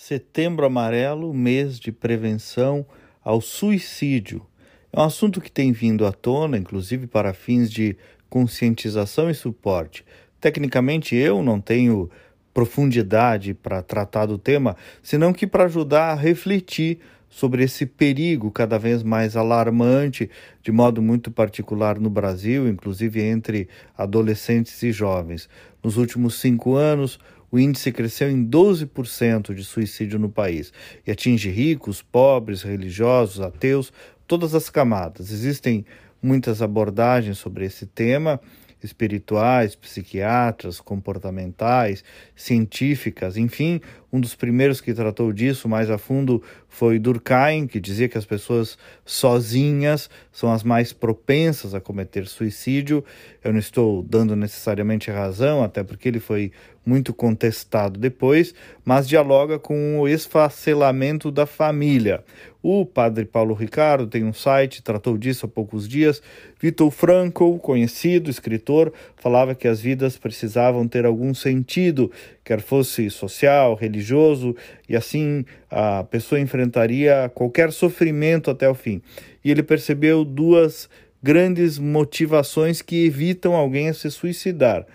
Setembro Amarelo, mês de prevenção ao suicídio. É um assunto que tem vindo à tona, inclusive para fins de conscientização e suporte. Tecnicamente, eu não tenho profundidade para tratar do tema, senão que para ajudar a refletir sobre esse perigo cada vez mais alarmante, de modo muito particular no Brasil, inclusive entre adolescentes e jovens. Nos últimos 5 anos, o índice cresceu em 12% de suicídio no país e atinge ricos, pobres, religiosos, ateus, todas as camadas. Existem muitas abordagens sobre esse tema, espirituais, psiquiatras, comportamentais, científicas, enfim, um dos primeiros que tratou disso mais a fundo foi Durkheim, que dizia que as pessoas sozinhas são as mais propensas a cometer suicídio. Eu não estou dando necessariamente razão, até porque ele foi muito contestado depois, mas dialoga com o esfacelamento da família. O padre Paulo Ricardo tem um site, tratou disso há poucos dias. Viktor Frankl, conhecido escritor, falava que as vidas precisavam ter algum sentido, quer fosse social, religioso, e assim a pessoa enfrentaria qualquer sofrimento até o fim. E ele percebeu duas grandes motivações que evitam alguém a se suicidar.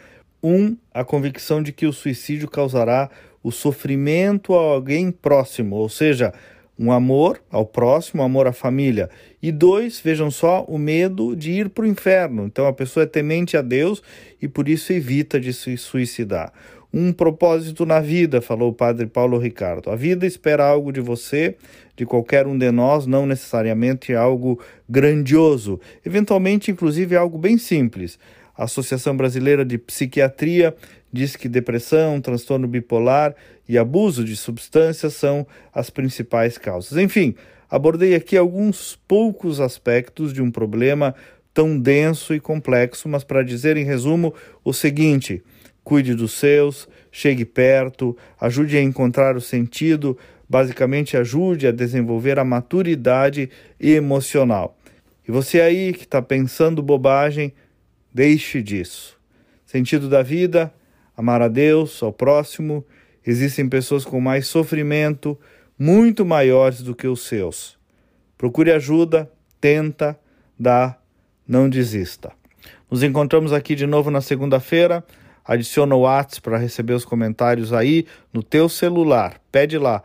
A convicção de que o suicídio causará o sofrimento a alguém próximo, ou seja, um amor ao próximo, um amor à família. E 2, vejam só, o medo de ir para o inferno. Então a pessoa é temente a Deus e por isso evita de se suicidar. Um propósito na vida, falou o padre Paulo Ricardo. A vida espera algo de você, de qualquer um de nós, não necessariamente algo grandioso. Eventualmente, inclusive, algo bem simples. A Associação Brasileira de Psiquiatria diz que depressão, transtorno bipolar e abuso de substâncias são as principais causas. Enfim, abordei aqui alguns poucos aspectos de um problema tão denso e complexo, mas para dizer em resumo o seguinte: cuide dos seus, chegue perto, ajude a encontrar o sentido, basicamente ajude a desenvolver a maturidade emocional. E você aí que está pensando bobagem, deixe disso. Sentido da vida, amar a Deus, ao próximo. Existem pessoas com mais sofrimento, muito maiores do que os seus. Procure ajuda, tenta, dá, não desista. Nos encontramos aqui de novo na segunda-feira. Adiciona o WhatsApp para receber os comentários aí no teu celular. Pede lá,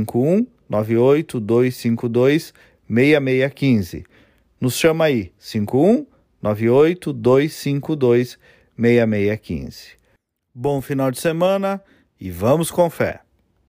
5198-252-6615. Nos chama aí, 5198-252-6615. Bom final de semana e vamos com fé.